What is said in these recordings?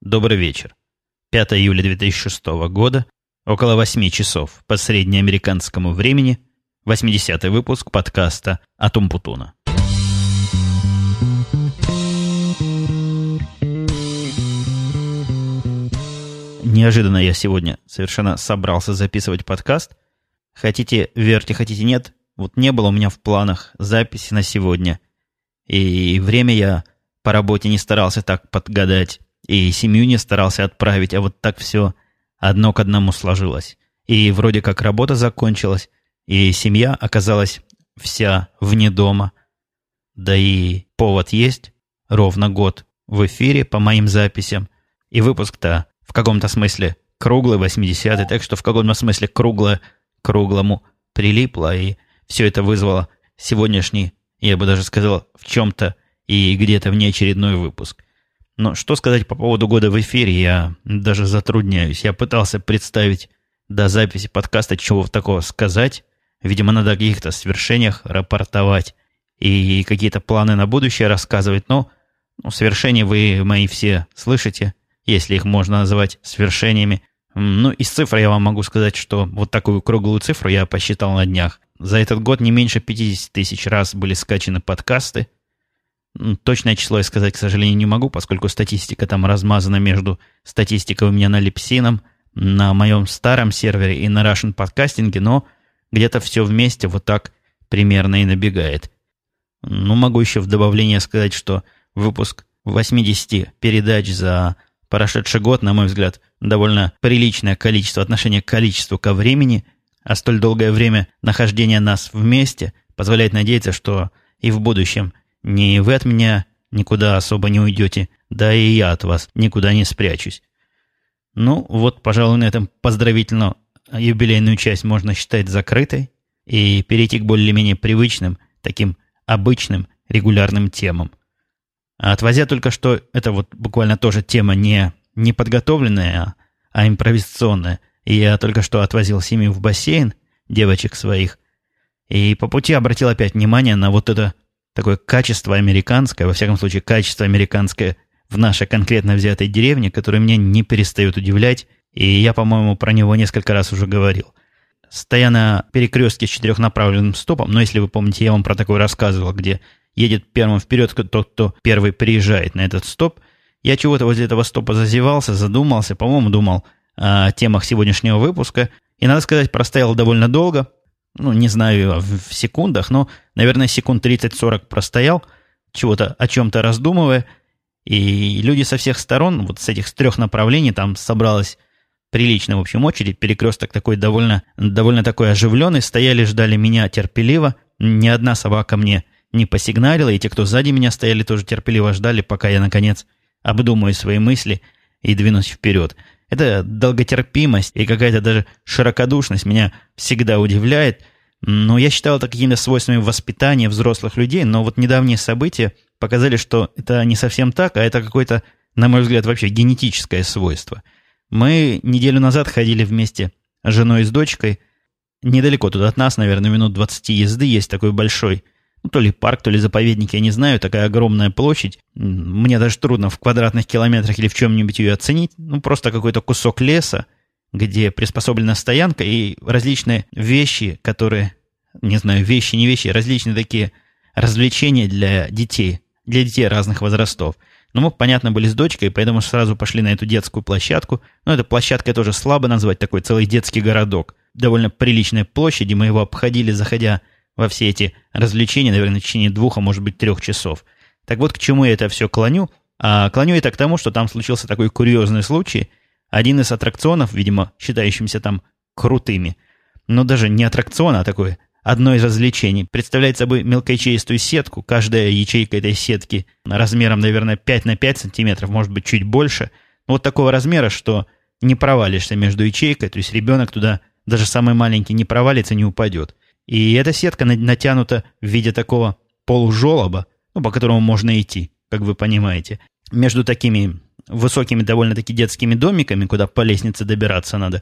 Добрый вечер. 5 июля 2006 года, около 8 часов по среднеамериканскому времени, 80-й выпуск подкаста от Умпутуна. Неожиданно я сегодня совершенно собрался записывать подкаст. Хотите верьте, хотите нет. Вот не было у меня в планах записи на сегодня. И время я по работе не старался так подгадать. И семью не старался отправить, а вот так все одно к одному сложилось. И вроде как работа закончилась, и семья оказалась вся вне дома. Да и повод есть, ровно год в эфире по моим записям. И выпуск-то в каком-то смысле круглый, 80-й, так что в каком-то смысле круглое круглому прилипло, и все это вызвало сегодняшний, я бы даже сказал, в чем-то и где-то внеочередной выпуск. Но что сказать по поводу года в эфире, я даже затрудняюсь. Я пытался представить до записи подкаста, чего такого сказать. Видимо, надо о каких-то свершениях рапортовать и какие-то планы на будущее рассказывать. Но свершения вы мои все слышите, если их можно называть свершениями. Ну, из цифр я вам могу сказать, что вот такую круглую цифру я посчитал на днях. За этот год не меньше 50 тысяч раз были скачаны подкасты. Точное число я сказать, к сожалению, не могу, поскольку статистика там размазана между статистикой у меня на Липсином, на моем старом сервере и на Russian подкастинге, но где-то все вместе вот так примерно и набегает. Могу еще в добавление сказать, что выпуск 80 передач за прошедший год, на мой взгляд, довольно приличное количество, отношение к количеству ко времени, а столь долгое время нахождения нас вместе позволяет надеяться, что и в будущем ни вы от меня никуда особо не уйдете, да и я от вас никуда не спрячусь. Вот, пожалуй, на этом поздравительную юбилейную часть можно считать закрытой и перейти к более-менее привычным, таким обычным, регулярным темам. А отвозя только что, это вот буквально тоже тема не подготовленная, а импровизационная. И я только что отвозил семью в бассейн, девочек своих, и по пути обратил опять внимание на вот это такое качество американское, во всяком случае, качество американское в нашей конкретно взятой деревне, которое меня не перестает удивлять, и я, по-моему, про него несколько раз уже говорил. Стоя на перекрестке с четырехнаправленным стопом, но если вы помните, я вам про такое рассказывал, где едет первым вперед тот, кто первый приезжает на этот стоп, я чего-то возле этого стопа зазевался, задумался, по-моему, думал о темах сегодняшнего выпуска, и, надо сказать, простоял довольно долго. Не знаю в секундах, но, наверное, секунд 30-40 простоял, чего-то о чем-то раздумывая, и люди со всех сторон, вот с этих трех направлений, там собралась приличная, в общем, очередь, перекресток такой довольно такой оживленный, стояли, ждали меня терпеливо, ни одна собака мне не посигналила, и те, кто сзади меня стояли, тоже терпеливо ждали, пока я, наконец, обдумаю свои мысли и двинусь вперед. Эта долготерпимость и какая-то даже широкодушность меня всегда удивляет. Но я считал это какими-то свойствами воспитания взрослых людей, но вот недавние события показали, что это не совсем так, а это какое-то, на мой взгляд, вообще генетическое свойство. Мы неделю назад ходили вместе с женой и с дочкой. Недалеко тут от нас, наверное, минут 20 езды, есть такой большой, то ли парк, то ли заповедник, я не знаю, такая огромная площадь. Мне даже трудно в квадратных километрах или в чем-нибудь ее оценить. Просто какой-то кусок леса, где приспособлена стоянка и различные вещи, которые, не знаю, вещи, не вещи, различные такие развлечения для детей разных возрастов. Мы, понятно, были с дочкой, поэтому сразу пошли на эту детскую площадку. Эта площадка тоже слабо назвать, такой целый детский городок. Довольно приличная площадь, и мы его обходили, заходя во все эти развлечения, наверное, в течение 2, а может быть 3 часов. Так вот, к чему я это все клоню? А клоню это к тому, что там случился такой курьезный случай. Один из аттракционов, видимо, считающимся там крутыми, но даже не аттракцион, а такое одно из развлечений, представляет собой мелкоячеистую сетку. Каждая ячейка этой сетки размером, наверное, 5 на 5 сантиметров, может быть, чуть больше. Вот такого размера, что не провалишься между ячейкой, то есть ребенок туда, даже самый маленький, не провалится, не упадет. И эта сетка натянута в виде такого полужолоба, по которому можно идти, как вы понимаете, между такими высокими довольно-таки детскими домиками, куда по лестнице добираться надо.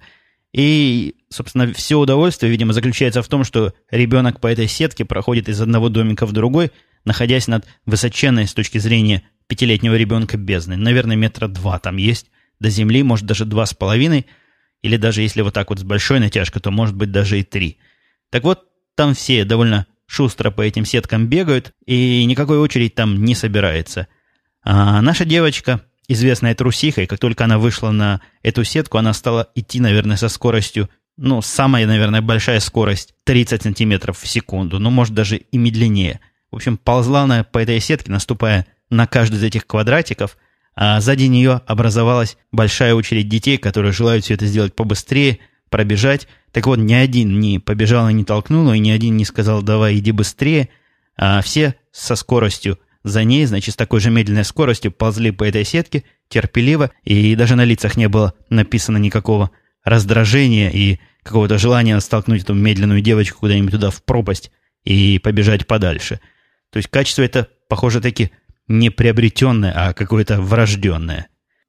И, собственно, все удовольствие, видимо, заключается в том, что ребенок по этой сетке проходит из одного домика в другой, находясь над высоченной с точки зрения 5-летнего ребенка бездной. Наверное, 2 метра там есть. до земли, может даже 2,5, или даже если вот так вот с большой натяжкой, то может быть даже и 3. Так вот, там все довольно шустро по этим сеткам бегают, и никакой очередь там не собирается. А наша девочка, известная трусихой, как только она вышла на эту сетку, она стала идти, наверное, со скоростью, самая, наверное, большая скорость 30 сантиметров в секунду, может даже и медленнее. В общем, ползла она по этой сетке, наступая на каждый из этих квадратиков, а сзади нее образовалась большая очередь детей, которые желают все это сделать побыстрее, пробежать. Так вот, ни один не побежал и не толкнул, и ни один не сказал «давай, иди быстрее», а все со скоростью за ней, значит, с такой же медленной скоростью ползли по этой сетке терпеливо, и даже на лицах не было написано никакого раздражения и какого-то желания столкнуть эту медленную девочку куда-нибудь туда в пропасть и побежать подальше. То есть качество это, похоже, таки не приобретенное, а какое-то врожденное.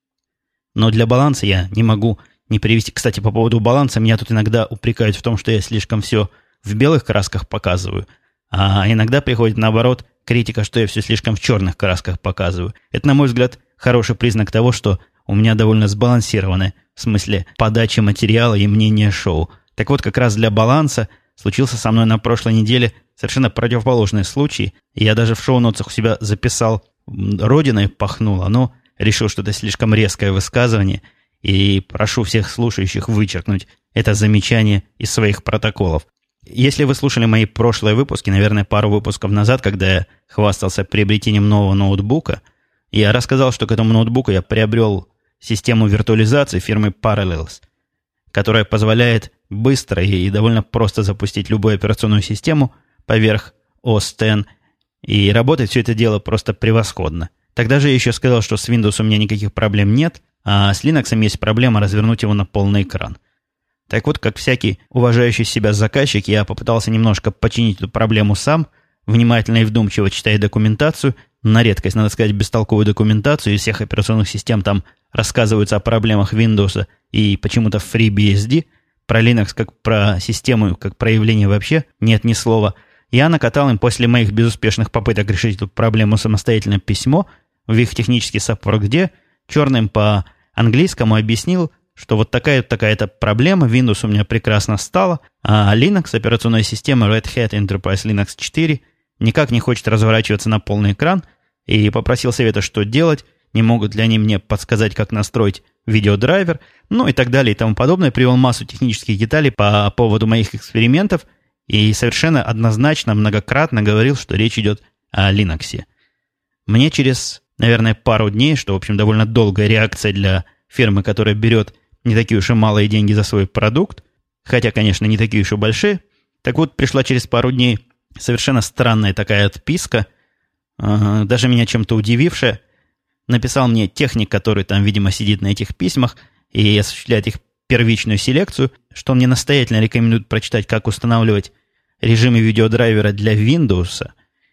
Но для баланса я не могу не привести. Кстати, по поводу баланса, меня тут иногда упрекают в том, что я слишком все в белых красках показываю, а иногда приходит наоборот критика, что я все слишком в черных красках показываю. Это, на мой взгляд, хороший признак того, что у меня довольно сбалансированное, в смысле подачи материала и мнения шоу. Так вот, как раз для баланса случился со мной на прошлой неделе совершенно противоположный случай. Я даже в шоу-нотсах у себя записал «Родиной пахнуло», но решил, что это слишком резкое высказывание, и прошу всех слушающих вычеркнуть это замечание из своих протоколов. Если вы слушали мои прошлые выпуски, наверное, пару выпусков назад, когда я хвастался приобретением нового ноутбука, я рассказал, что к этому ноутбуку я приобрел систему виртуализации фирмы Parallels, которая позволяет быстро и довольно просто запустить любую операционную систему поверх OS X, и работает все это дело просто превосходно. Тогда же я еще сказал, что с Windows у меня никаких проблем нет, а с Linux есть проблема развернуть его на полный экран. Так вот, как всякий уважающий себя заказчик, я попытался немножко починить эту проблему сам, внимательно и вдумчиво читая документацию, на редкость, надо сказать, бестолковую документацию, из всех операционных систем там рассказываются о проблемах Windows и почему-то FreeBSD, про Linux как про систему, как про явление вообще нет ни слова. Я накатал им после моих безуспешных попыток решить эту проблему самостоятельно письмо в их технический саппорт, где черным по английскому объяснил, что вот такая-то проблема, Windows у меня прекрасно стала, а Linux, операционная система Red Hat Enterprise Linux 4, никак не хочет разворачиваться на полный экран, и попросил совета, что делать, не могут ли они мне подсказать, как настроить видеодрайвер, и так далее и тому подобное. Привел массу технических деталей по поводу моих экспериментов и совершенно однозначно, многократно говорил, что речь идет о Linux. Мне через, наверное, пару дней, что, в общем, довольно долгая реакция для фирмы, которая берет не такие уж и малые деньги за свой продукт, хотя, конечно, не такие уж и большие, так вот, пришла через пару дней совершенно странная такая отписка, даже меня чем-то удивившая. Написал мне техник, который там, видимо, сидит на этих письмах и осуществляет их первичную селекцию, что он мне настоятельно рекомендует прочитать, как устанавливать режимы видеодрайвера для Windows,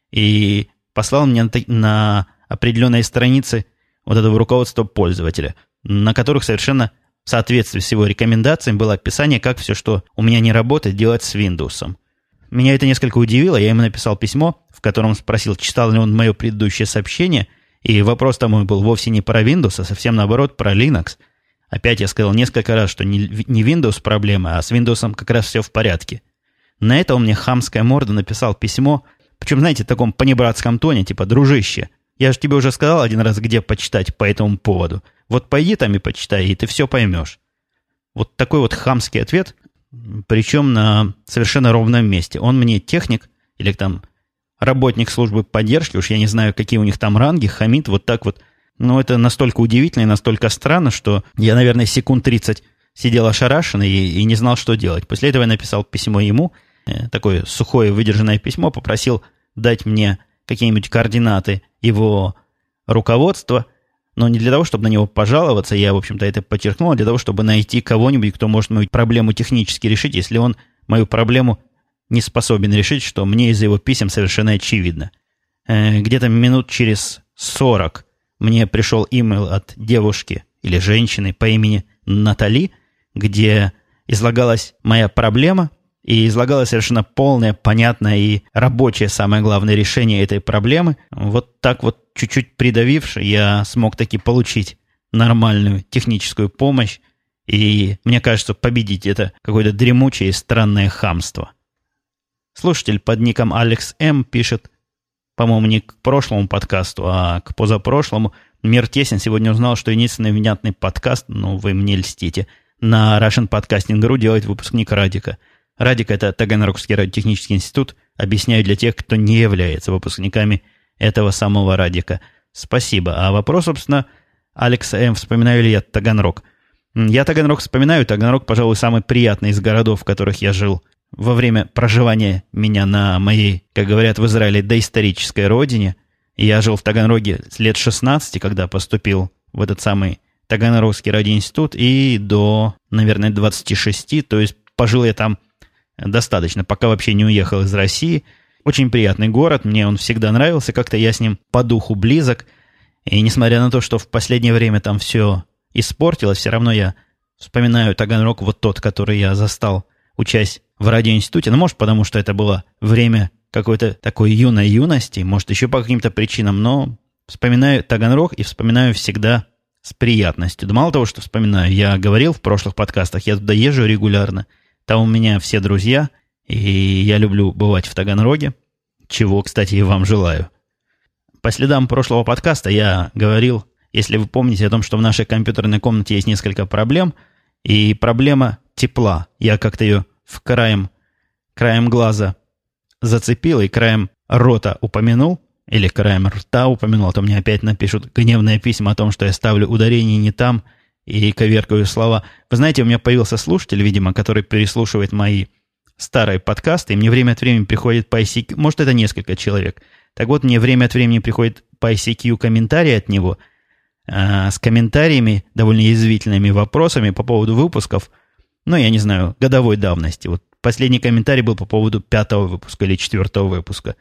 и послал мне на определенные страницы вот этого руководства пользователя, на которых совершенно в соответствии с его рекомендациями было описание, как все, что у меня не работает, делать с Windows. Меня это несколько удивило, я ему написал письмо, в котором спросил, читал ли он мое предыдущее сообщение, и вопрос там был вовсе не про Windows, а совсем наоборот, про Linux. Опять я сказал несколько раз, что не Windows проблема, а с Windows как раз все в порядке. На это он мне хамская морда написал письмо, причем, знаете, в таком понебратском тоне, типа «дружище, я же тебе уже сказал один раз, где почитать по этому поводу. Вот пойди там и почитай, и ты все поймешь». Вот такой вот хамский ответ, причем на совершенно ровном месте. Он мне техник или там работник службы поддержки, уж я не знаю, какие у них там ранги, хамит вот так вот. Но это настолько удивительно и настолько странно, что я, наверное, секунд 30 сидел ошарашенный и не знал, что делать. После этого я написал письмо ему, такое сухое выдержанное письмо, попросил дать мне какие-нибудь координаты его руководства, но не для того, чтобы на него пожаловаться, я, в общем-то, это подчеркнул, а для того, чтобы найти кого-нибудь, кто может мою проблему технически решить, если он мою проблему не способен решить, что мне из его писем совершенно очевидно. Где-то минут через 40 мне пришел имейл от девушки или женщины по имени Натали, где излагалась моя проблема, и излагалось совершенно полное, понятное и рабочее, самое главное, решение этой проблемы. Вот так вот, чуть-чуть придавивши, я смог таки получить нормальную техническую помощь. И мне кажется, победить это какое-то дремучее и странное хамство. Слушатель под ником Алекс М. пишет, по-моему, не к прошлому подкасту, а к позапрошлому. Мир тесен. Сегодня узнал, что единственный внятный подкаст, ну, вы мне льстите, на Russian Podcasting.ru делает выпускник Радика. Радик – это Таганрогский радиотехнический институт. Объясняю для тех, кто не является выпускниками этого самого Радика. Спасибо. А вопрос, собственно, Алекса М. Вспоминаю ли я Таганрог? Я Таганрог вспоминаю. Таганрог, пожалуй, самый приятный из городов, в которых я жил во время проживания меня на моей, как говорят в Израиле, доисторической родине. Я жил в Таганроге с лет 16, когда поступил в этот самый Таганрогский радиоинститут, и до, наверное, 26, то есть пожил я там достаточно, пока вообще не уехал из России. Очень приятный город, мне он всегда нравился, как-то я с ним по духу близок. И несмотря на то, что в последнее время там все испортилось, все равно я вспоминаю Таганрог, вот тот, который я застал, учась в радиоинституте. Ну, может, потому что это было время какой-то такой юной юности, может, еще по каким-то причинам, но вспоминаю Таганрог и вспоминаю всегда с приятностью. Да мало того, что вспоминаю, я говорил в прошлых подкастах, я туда езжу регулярно, там у меня все друзья, и я люблю бывать в Таганроге, чего, кстати, и вам желаю. По следам прошлого подкаста я говорил, если вы помните о том, что в нашей компьютерной комнате есть несколько проблем, и проблема тепла. Я как-то ее краем глаза зацепил и краем рота упомянул, или краем рта упомянул, а то мне опять напишут гневные письма о том, что я ставлю ударение не там и коверкаю слова. Вы знаете, у меня появился слушатель, видимо, который переслушивает мои старые подкасты, и мне время от времени приходит по ICQ, может, это несколько человек. Так вот, мне время от времени приходит по ICQ комментарий от него с комментариями, довольно язвительными вопросами по поводу выпусков, ну, я не знаю, годовой давности. Вот последний комментарий был по поводу 5-го выпуска или 4-го выпуска.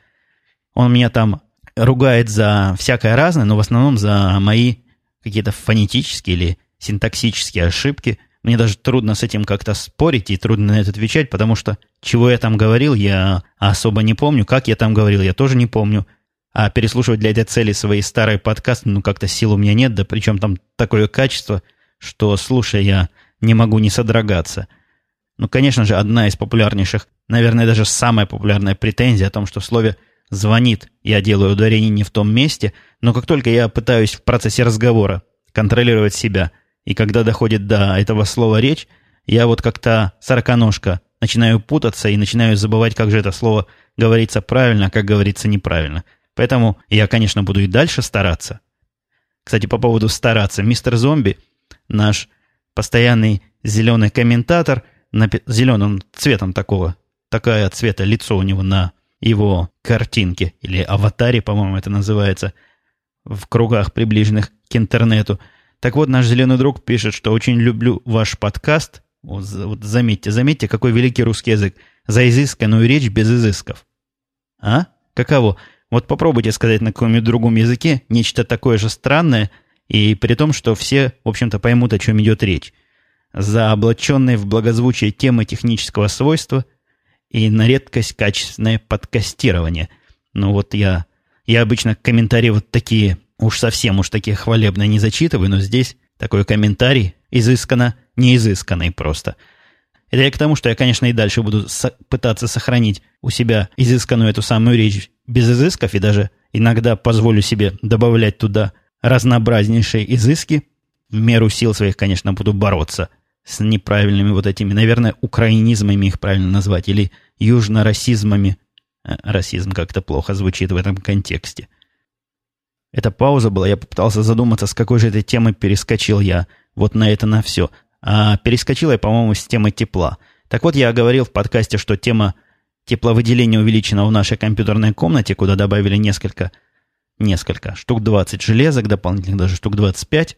Он меня там ругает за всякое разное, но в основном за мои какие-то фонетические или синтаксические ошибки. Мне даже трудно с этим как-то спорить и трудно на это отвечать, потому что чего я там говорил, я особо не помню. Как я там говорил, я тоже не помню. А переслушивать для этой цели свои старые подкасты, ну, как-то сил у меня нет, да причем там такое качество, что, слушая, я не могу не содрогаться. Ну, конечно же, одна из популярнейших, наверное, даже самая популярная претензия о том, что в слове «звонит» я делаю ударение не в том месте, но как только я пытаюсь в процессе разговора контролировать себя, и когда доходит до этого слова речь, я вот как-то сороконожка начинаю путаться и начинаю забывать, как же это слово говорится правильно, а как говорится неправильно. Поэтому я, конечно, буду и дальше стараться. Кстати, по поводу стараться. Мистер Зомби, наш постоянный зеленый комментатор, зеленым цветом такая цвета лицо у него на его картинке, или аватаре, по-моему, это называется, в кругах, приближенных к интернету. Так вот, наш зеленый друг пишет, что очень люблю ваш подкаст. Вот заметьте, какой великий русский язык. За изысканную речь без изысков. А? Каково? Вот попробуйте сказать на каком-нибудь другом языке нечто такое же странное, и при том, что все, в общем-то, поймут, о чем идет речь. За облаченные в благозвучие темы технического свойства и на редкость качественное подкастирование. Ну вот я обычно комментарии вот такие, уж совсем уж такие хвалебные не зачитываю, но здесь такой комментарий изысканно неизысканный просто. Это я к тому, что я, конечно, и дальше буду пытаться сохранить у себя изысканную эту самую речь без изысков, и даже иногда позволю себе добавлять туда разнообразнейшие изыски. В меру сил своих, конечно, буду бороться с неправильными вот этими, наверное, украинизмами их правильно назвать, или южно-расизмами. Расизм как-то плохо звучит в этом контексте. Эта пауза была, я попытался задуматься, с какой же этой темы перескочил я вот на это на все. А перескочил я, по-моему, с темы тепла. Так вот, я говорил в подкасте, что тема тепловыделения увеличена в нашей компьютерной комнате, куда добавили несколько, штук 20 железок, дополнительных даже штук 25.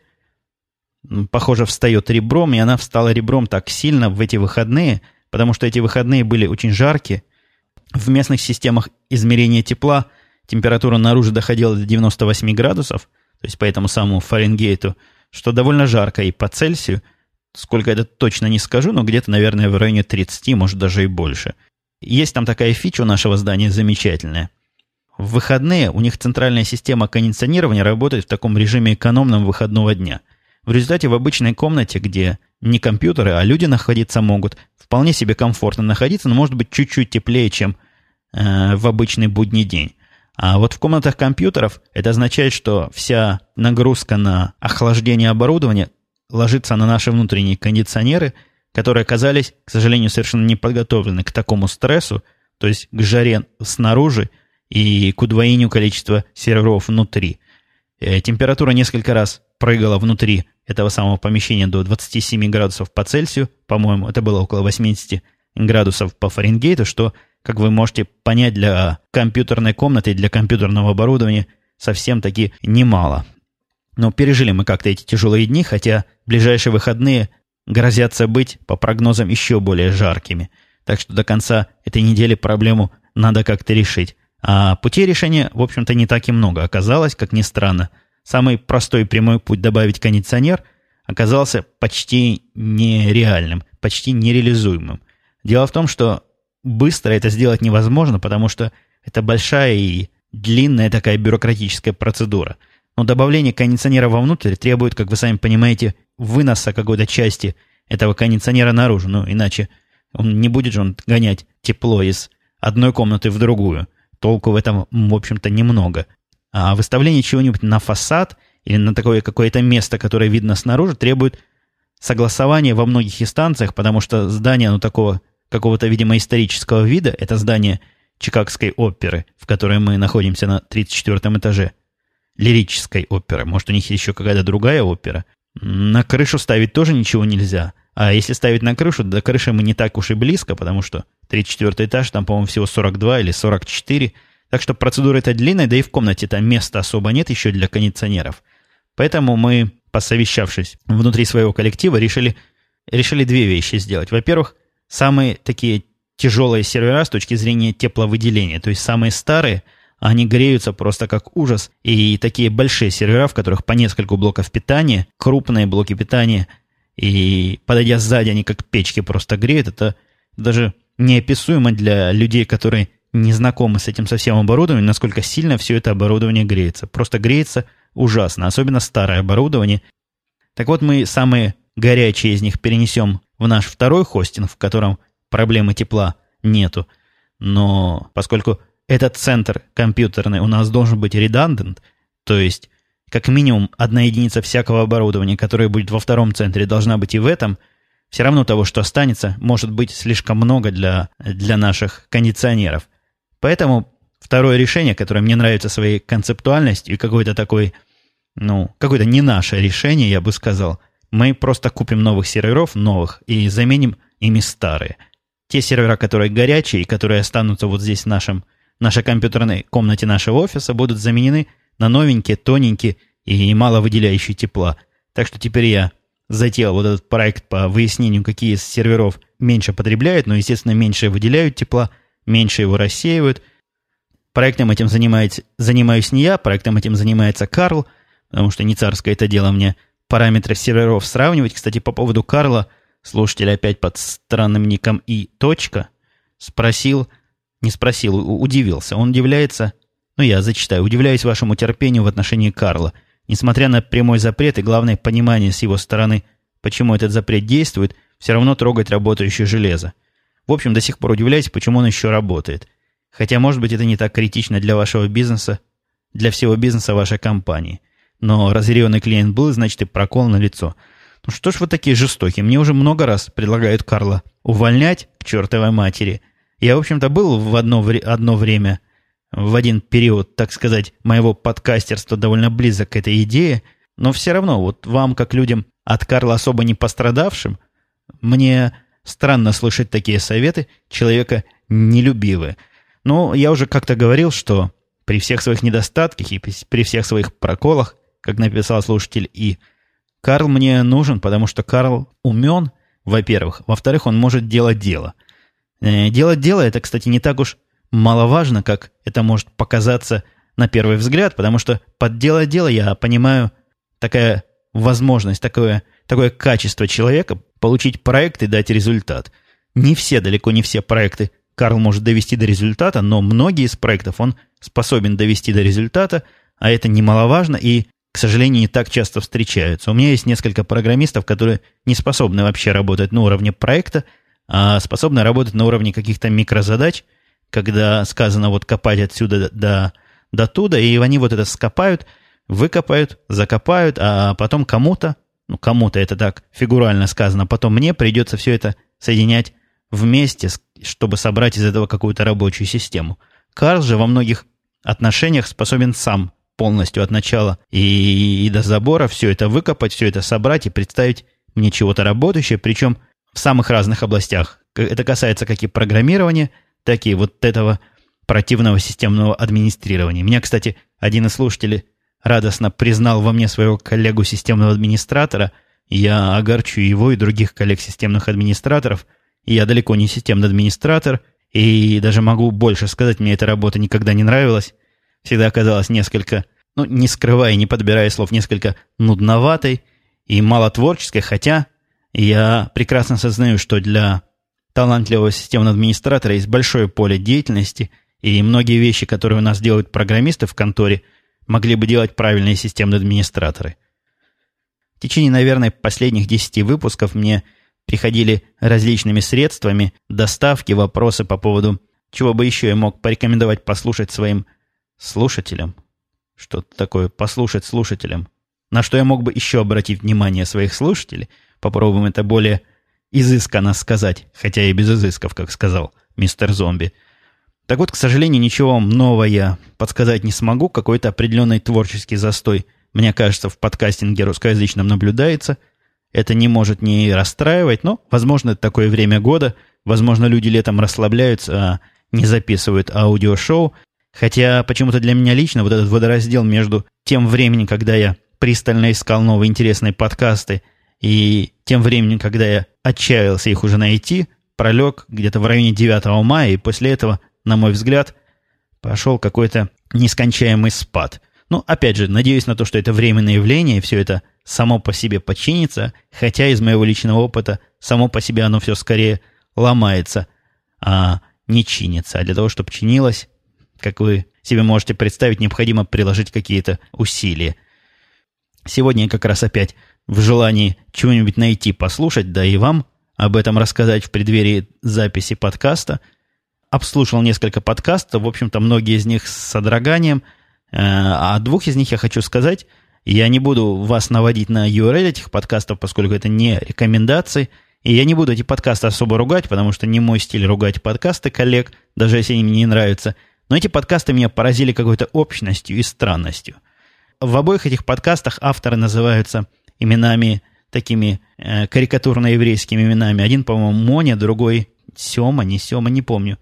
Похоже, встает ребром, и она встала ребром так сильно в эти выходные, потому что эти выходные были очень жаркие. В местных системах измерения тепла температура наружу доходила до 98 градусов, то есть по этому самому Фаренгейту, что довольно жарко, и по Цельсию, сколько это точно не скажу, но где-то, наверное, в районе 30, может, даже и больше. Есть там такая фича у нашего здания замечательная. В выходные у них центральная система кондиционирования работает в таком режиме экономном выходного дня. В результате в обычной комнате, где не компьютеры, а люди находиться могут, вполне себе комфортно находиться, но может быть чуть-чуть теплее, чем в обычный будний день. А вот в комнатах компьютеров это означает, что вся нагрузка на охлаждение оборудования ложится на наши внутренние кондиционеры, которые оказались, к сожалению, совершенно не подготовлены к такому стрессу, то есть к жаре снаружи и к удвоению количества серверов внутри. Температура несколько раз прыгала внутри этого самого помещения до 27 градусов по Цельсию. По-моему, это было около 80 градусов по Фаренгейту, что, как вы можете понять, для компьютерной комнаты и для компьютерного оборудования совсем-таки немало. Но пережили мы как-то эти тяжелые дни, хотя ближайшие выходные грозятся быть, по прогнозам, еще более жаркими. Так что до конца этой недели проблему надо как-то решить. А путей решения, в общем-то, не так и много оказалось, как ни странно. Самый простой и прямой путь добавить кондиционер оказался почти нереальным, почти нереализуемым. Дело в том, что быстро это сделать невозможно, потому что это большая и длинная такая бюрократическая процедура. Но добавление кондиционера вовнутрь требует, как вы сами понимаете, выноса какой-то части этого кондиционера наружу. Ну, иначе он не будет же он гонять тепло из одной комнаты в другую. Толку в этом, в общем-то, немного. А выставление чего-нибудь на фасад или на такое какое-то место, которое видно снаружи, требует согласования во многих инстанциях, потому что здание, ну, такого какого-то, видимо, исторического вида, это здание Чикагской оперы, в которой мы находимся на 34 этаже, лирической оперы. Может, у них еще какая-то другая опера. На крышу ставить тоже ничего нельзя. А если ставить на крышу, до крыши мы не так уж и близко, потому что 34 этаж, там, по-моему, всего 42 или 44. Так что процедура эта длинная, да и в комнате там места особо нет еще для кондиционеров. Поэтому мы, посовещавшись внутри своего коллектива, решили две вещи сделать. Во-первых, самые такие тяжелые сервера с точки зрения тепловыделения, то есть самые старые, они греются просто как ужас. И такие большие сервера, в которых по нескольку блоков питания, крупные блоки питания, и подойдя сзади, они как печки просто греют. Это даже неописуемо для людей, которые не знакомы с этим совсем оборудованием, насколько сильно все это оборудование греется. Просто греется ужасно, особенно старое оборудование. Так вот, мы самые горячие из них перенесем в наш второй хостинг, в котором проблемы тепла нету. Но поскольку этот центр компьютерный у нас должен быть redundant, то есть как минимум одна единица всякого оборудования, которое будет во втором центре, должна быть и в этом, все равно того, что останется, может быть слишком много для наших кондиционеров. Поэтому второе решение, которое мне нравится своей концептуальностью и какой-то такой, какое-то не наше решение, я бы сказал, мы просто купим новых серверов, и заменим ими старые. Те сервера, которые горячие и которые останутся вот здесь в нашей компьютерной комнате нашего офиса, будут заменены на новенькие, тоненькие и мало выделяющие тепла. Так что теперь я затеял вот этот проект по выяснению, какие из серверов меньше потребляют, но, естественно, меньше выделяют тепла, меньше его рассеивают. Проектом этим занимаюсь не я, проектом этим занимается Карл, потому что не царское это дело мне параметры серверов сравнивать. Кстати, по поводу Карла, слушатель опять под странным ником и точка удивился. Он удивляется, я зачитаю, удивляюсь вашему терпению в отношении Карла. Несмотря на прямой запрет и главное понимание с его стороны, почему этот запрет действует, все равно трогать работающее железо. В общем, до сих пор удивляюсь, почему он еще работает. Хотя, может быть, это не так критично для вашего бизнеса, для всего бизнеса вашей компании. Но разъяренный клиент был, значит, и прокол налицо. Ну что ж вы такие жестокие? Мне уже много раз предлагают Карла увольнять к чертовой матери. Я, в общем-то, был в одно время, в один период, так сказать, моего подкастерства довольно близок к этой идее, но все равно, вот вам, как людям от Карла особо не пострадавшим, мне странно слышать такие советы человека нелюбивые. Но я уже как-то говорил, что при всех своих недостатках и при всех своих проколах, как написал слушатель И, Карл мне нужен, потому что Карл умен, во-первых. Во-вторых, он может делать дело. Делать дело – это, кстати, не так уж маловажно, как это может показаться на первый взгляд, потому что под делать дело я понимаю такая возможность, такое качество человека получить проект и дать результат. Далеко не все проекты Карл может довести до результата, но многие из проектов он способен довести до результата, а это немаловажно, и к сожалению, не так часто встречаются. У меня есть несколько программистов, которые не способны вообще работать на уровне проекта, а способны работать на уровне каких-то микрозадач, когда сказано вот копать отсюда до туда, и они вот это скопают, выкопают, закопают, а потом кому-то это так фигурально сказано, потом мне придется все это соединять вместе, чтобы собрать из этого какую-то рабочую систему. Карл же во многих отношениях способен сам полностью от начала и до забора все это выкопать, все это собрать и представить мне чего-то работающее, причем в самых разных областях. Это касается как и программирования, так и вот этого противного системного администрирования. Меня, кстати, один из слушателей радостно признал во мне своего коллегу системного администратора. Я огорчу его и других коллег системных администраторов. Я далеко не системный администратор, и даже могу больше сказать, мне эта работа никогда не нравилась. Всегда оказалась несколько, не скрывая, не подбирая слов, несколько нудноватой и малотворческой, хотя я прекрасно сознаю, что для талантливого системного администратора есть большое поле деятельности, и многие вещи, которые у нас делают программисты в конторе, могли бы делать правильные системные администраторы. В течение, наверное, последних 10 выпусков мне приходили различными средствами доставки вопросы по поводу, чего бы еще я мог порекомендовать послушать своим слушателям. Что-то такое послушать слушателям. На что я мог бы еще обратить внимание своих слушателей. Попробуем это более изысканно сказать, хотя и без изысков, как сказал мистер Зомби. Так вот, к сожалению, ничего нового я подсказать не смогу. Какой-то определенный творческий застой, мне кажется, в подкастинге русскоязычном наблюдается. Это не может не расстраивать, но, возможно, это такое время года. Возможно, люди летом расслабляются, а не записывают аудиошоу. Хотя почему-то для меня лично вот этот водораздел между тем временем, когда я пристально искал новые интересные подкасты, и тем временем, когда я отчаялся их уже найти, пролег где-то в районе 9 мая, и после этого, на мой взгляд, пошел какой-то нескончаемый спад. Опять же, надеюсь на то, что это временное явление, и все это само по себе починится, хотя из моего личного опыта само по себе оно все скорее ломается, а не чинится. А для того, чтобы чинилось, как вы себе можете представить, необходимо приложить какие-то усилия. Сегодня я как раз опять в желании чего-нибудь найти, послушать, да и вам об этом рассказать в преддверии записи подкаста. Обслушал несколько подкастов, в общем-то, многие из них с содроганием, а о 2 из них я хочу сказать. Я не буду вас наводить на URL этих подкастов, поскольку это не рекомендации, и я не буду эти подкасты особо ругать, потому что не мой стиль ругать подкасты коллег, даже если они мне не нравятся. Но эти подкасты меня поразили какой-то общностью и странностью. В обоих этих подкастах авторы называются именами такими карикатурно-еврейскими именами. Один, по-моему, Моня, другой Сема, не помню.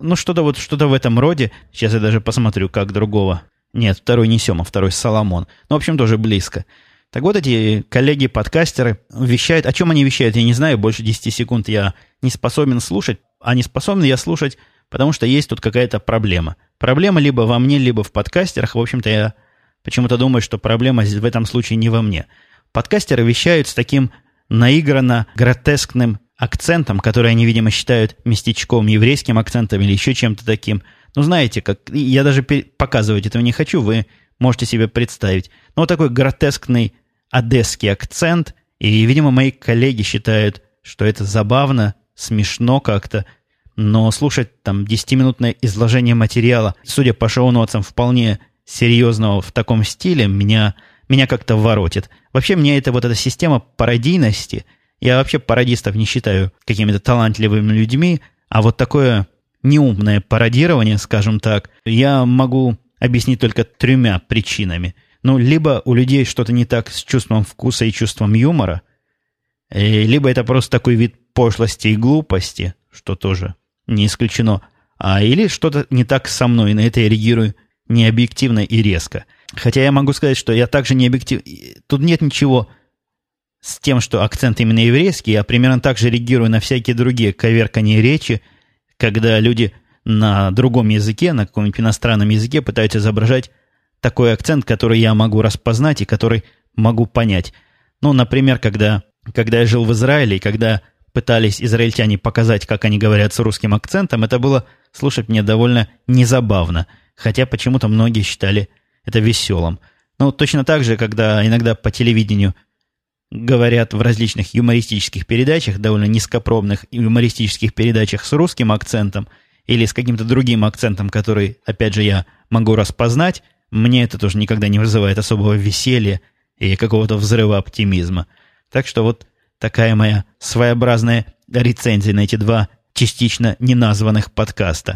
Что-то в этом роде. Сейчас я даже посмотрю, как другого. Нет, второй не Сема, второй Соломон. В общем, тоже близко. Так вот, эти коллеги-подкастеры вещают. О чем они вещают, я не знаю. Больше 10 секунд я не способен слушать. А не способен я слушать, потому что есть тут какая-то проблема. Проблема либо во мне, либо в подкастерах. В общем-то, я почему-то думаю, что проблема в этом случае не во мне. Подкастеры вещают с таким наигранно гротескным акцентом, который они, видимо, считают местечковым еврейским акцентом или еще чем-то таким. Знаете, как я даже показывать этого не хочу, вы можете себе представить. Вот такой гротескный одесский акцент, и, видимо, мои коллеги считают, что это забавно, смешно как-то, но слушать там 10-минутное изложение материала, судя по шоу-нотсам, вполне серьезного в таком стиле, меня как-то воротит. Вообще, мне эта система пародийности, я вообще пародистов не считаю какими-то талантливыми людьми, а вот такое неумное пародирование, скажем так, я могу объяснить только 3 причинами. Либо у людей что-то не так с чувством вкуса и чувством юмора, либо это просто такой вид пошлости и глупости, что тоже не исключено, или что-то не так со мной, и на это я реагирую необъективно и резко. Хотя я могу сказать, что я также не объективен. Тут нет ничего с тем, что акцент именно еврейский. Я примерно так же реагирую на всякие другие коверкания речи, когда люди на другом языке, на каком-нибудь иностранном языке пытаются изображать такой акцент, который я могу распознать и который могу понять. Например, когда я жил в Израиле, и когда пытались израильтяне показать, как они говорят с русским акцентом, это было слушать мне довольно незабавно. Хотя почему-то многие считали это веселым. Ну, точно так же, когда иногда по телевидению говорят в различных юмористических передачах, довольно низкопробных юмористических передачах с русским акцентом или с каким-то другим акцентом, который, опять же, я могу распознать, мне это тоже никогда не вызывает особого веселья и какого-то взрыва оптимизма. Так что вот такая моя своеобразная рецензия на эти два частично неназванных подкаста.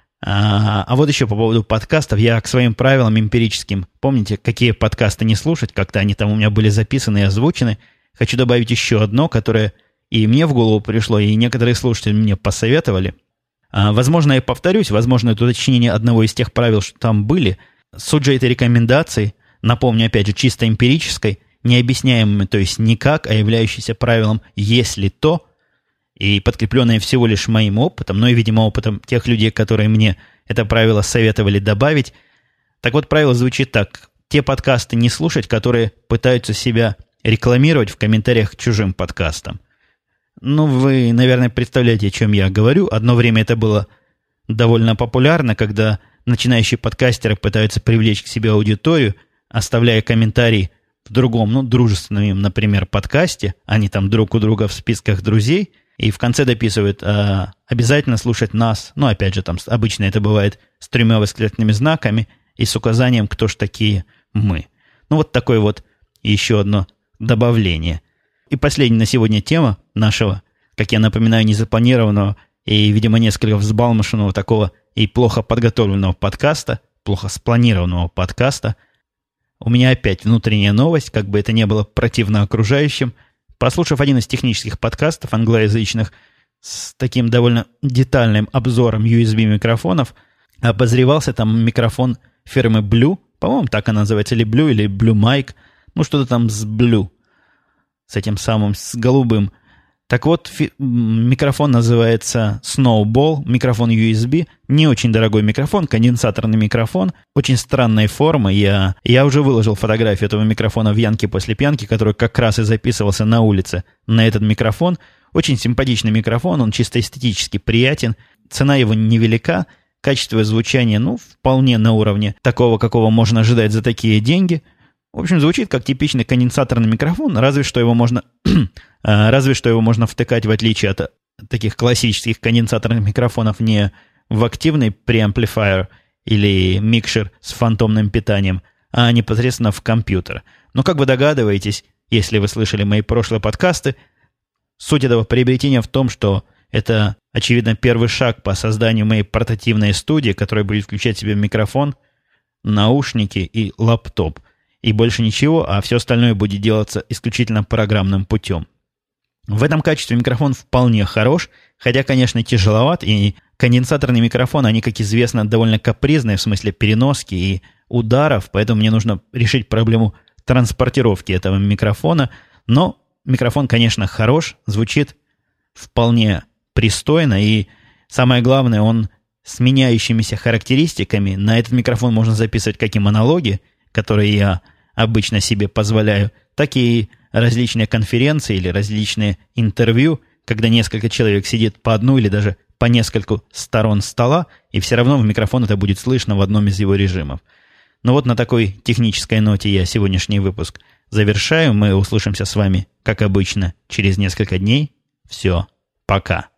А вот еще по поводу подкастов. Я к своим правилам эмпирическим, помните, какие подкасты не слушать, как-то они там у меня были записаны и озвучены. Хочу добавить еще одно, которое и мне в голову пришло, и некоторые слушатели мне посоветовали. Возможно, я повторюсь, возможно, это уточнение одного из тех правил, что там были. Суть же этой рекомендации, напомню, опять же, чисто эмпирической, необъясняемой, то есть никак, а являющейся правилом «если то», и подкрепленное всего лишь моим опытом, но и, видимо, опытом тех людей, которые мне это правило советовали добавить. Так вот, правило звучит так. Те подкасты не слушать, которые пытаются себя рекламировать в комментариях к чужим подкастам. Ну, вы, наверное, представляете, о чем я говорю. Одно время это было довольно популярно, когда начинающие подкастеры пытаются привлечь к себе аудиторию, оставляя комментарии в другом, дружественном им, например, подкасте, они там друг у друга в списках друзей, и в конце дописывают обязательно слушать нас. Ну, опять же, там обычно это бывает с 3 восклицательными знаками и с указанием, кто ж такие мы. Ну, вот такое вот еще одно добавление. И последняя на сегодня тема нашего, как я напоминаю, незапланированного и, видимо, несколько взбалмошенного такого и плохо подготовленного подкаста, плохо спланированного подкаста. У меня опять внутренняя новость, как бы это ни было противно окружающим. Послушав один из технических подкастов англоязычных с таким довольно детальным обзором USB-микрофонов, обозревался там микрофон фирмы Blue, по-моему, так она называется, или Blue, или Blue Mic, ну что-то там с Blue, с этим самым, с голубым. Так вот, микрофон называется Snowball, микрофон USB, не очень дорогой микрофон, конденсаторный микрофон, очень странной формы. Я уже выложил фотографию этого микрофона в Янке после пьянки, который как раз и записывался на улице на этот микрофон. Очень симпатичный микрофон, он чисто эстетически приятен, цена его невелика, качество звучания, вполне на уровне такого, какого можно ожидать за такие деньги. В общем, звучит как типичный конденсаторный микрофон, разве что его можно втыкать, в отличие от таких классических конденсаторных микрофонов, не в активный преамплифайер или микшер с фантомным питанием, а непосредственно в компьютер. Но, как вы догадываетесь, если вы слышали мои прошлые подкасты, суть этого приобретения в том, что это, очевидно, первый шаг по созданию моей портативной студии, которая будет включать в себя микрофон, наушники и лаптоп. И больше ничего, а все остальное будет делаться исключительно программным путем. В этом качестве микрофон вполне хорош, хотя, конечно, тяжеловат, и конденсаторные микрофоны, они, как известно, довольно капризные в смысле переноски и ударов, поэтому мне нужно решить проблему транспортировки этого микрофона. Но микрофон, конечно, хорош, звучит вполне пристойно, и самое главное, он с меняющимися характеристиками. На этот микрофон можно записывать как и монологи, которые я обычно себе позволяю, так и различные конференции или различные интервью, когда несколько человек сидит по одну или даже по нескольку сторон стола, и все равно в микрофон это будет слышно в одном из его режимов. Но вот на такой технической ноте я сегодняшний выпуск завершаю. Мы услышимся с вами, как обычно, через несколько дней. Все, пока.